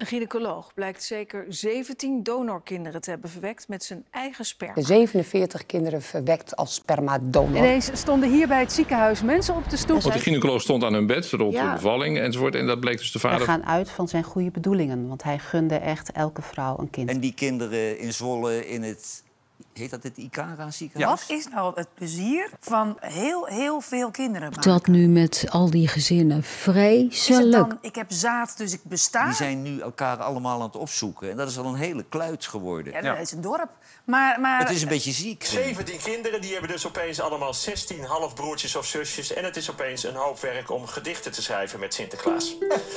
Een gynaecoloog blijkt zeker 17 donorkinderen te hebben verwekt met zijn eigen sperma. 47 kinderen verwekt als spermadonor. Ineens stonden hier bij het ziekenhuis mensen op de stoep. Want de gynaecoloog stond aan hun bed rond de bevalling enzovoort. En dat bleek dus de vader. We gaan uit van zijn goede bedoelingen, want hij gunde echt elke vrouw een kind. En die kinderen in Zwolle in het... Heet dat het Ikara-ziekenhuis? Wat is nou het plezier van heel veel kinderen maken? Dat nu met al die gezinnen vreselijk. Is het dan, ik heb zaad, dus ik besta? Die zijn nu elkaar allemaal aan het opzoeken. En dat is al een hele kluits geworden. Ja, dat is een dorp. Maar het is een beetje ziek. 17 kinderen, die hebben dus opeens allemaal 16 halfbroertjes of zusjes. En het is opeens een hoop werk om gedichten te schrijven met Sinterklaas.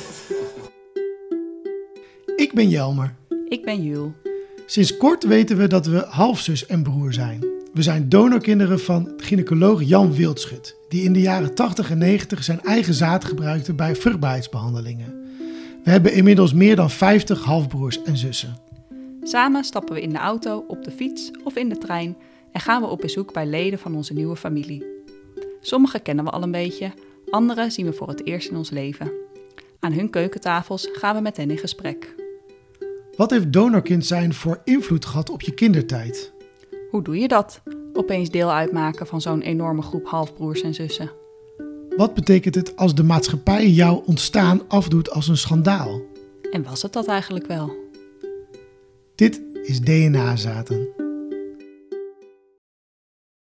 Ik ben Jelmer. Ik ben Jul. Sinds kort weten we dat we halfzus en broer zijn. We zijn donorkinderen van gynaecoloog Jan Wildschut, die in de jaren 80 en 90 zijn eigen zaad gebruikte bij vruchtbaarheidsbehandelingen. We hebben inmiddels meer dan 50 halfbroers en zussen. Samen stappen we in de auto, op de fiets of in de trein en gaan we op bezoek bij leden van onze nieuwe familie. Sommige kennen we al een beetje, andere zien we voor het eerst in ons leven. Aan hun keukentafels gaan we met hen in gesprek. Wat heeft donorkind zijn voor invloed gehad op je kindertijd? Hoe doe je dat? Opeens deel uitmaken van zo'n enorme groep halfbroers en zussen. Wat betekent het als de maatschappij jouw ontstaan afdoet als een schandaal? En was het dat eigenlijk wel? Dit is DNA-zaten.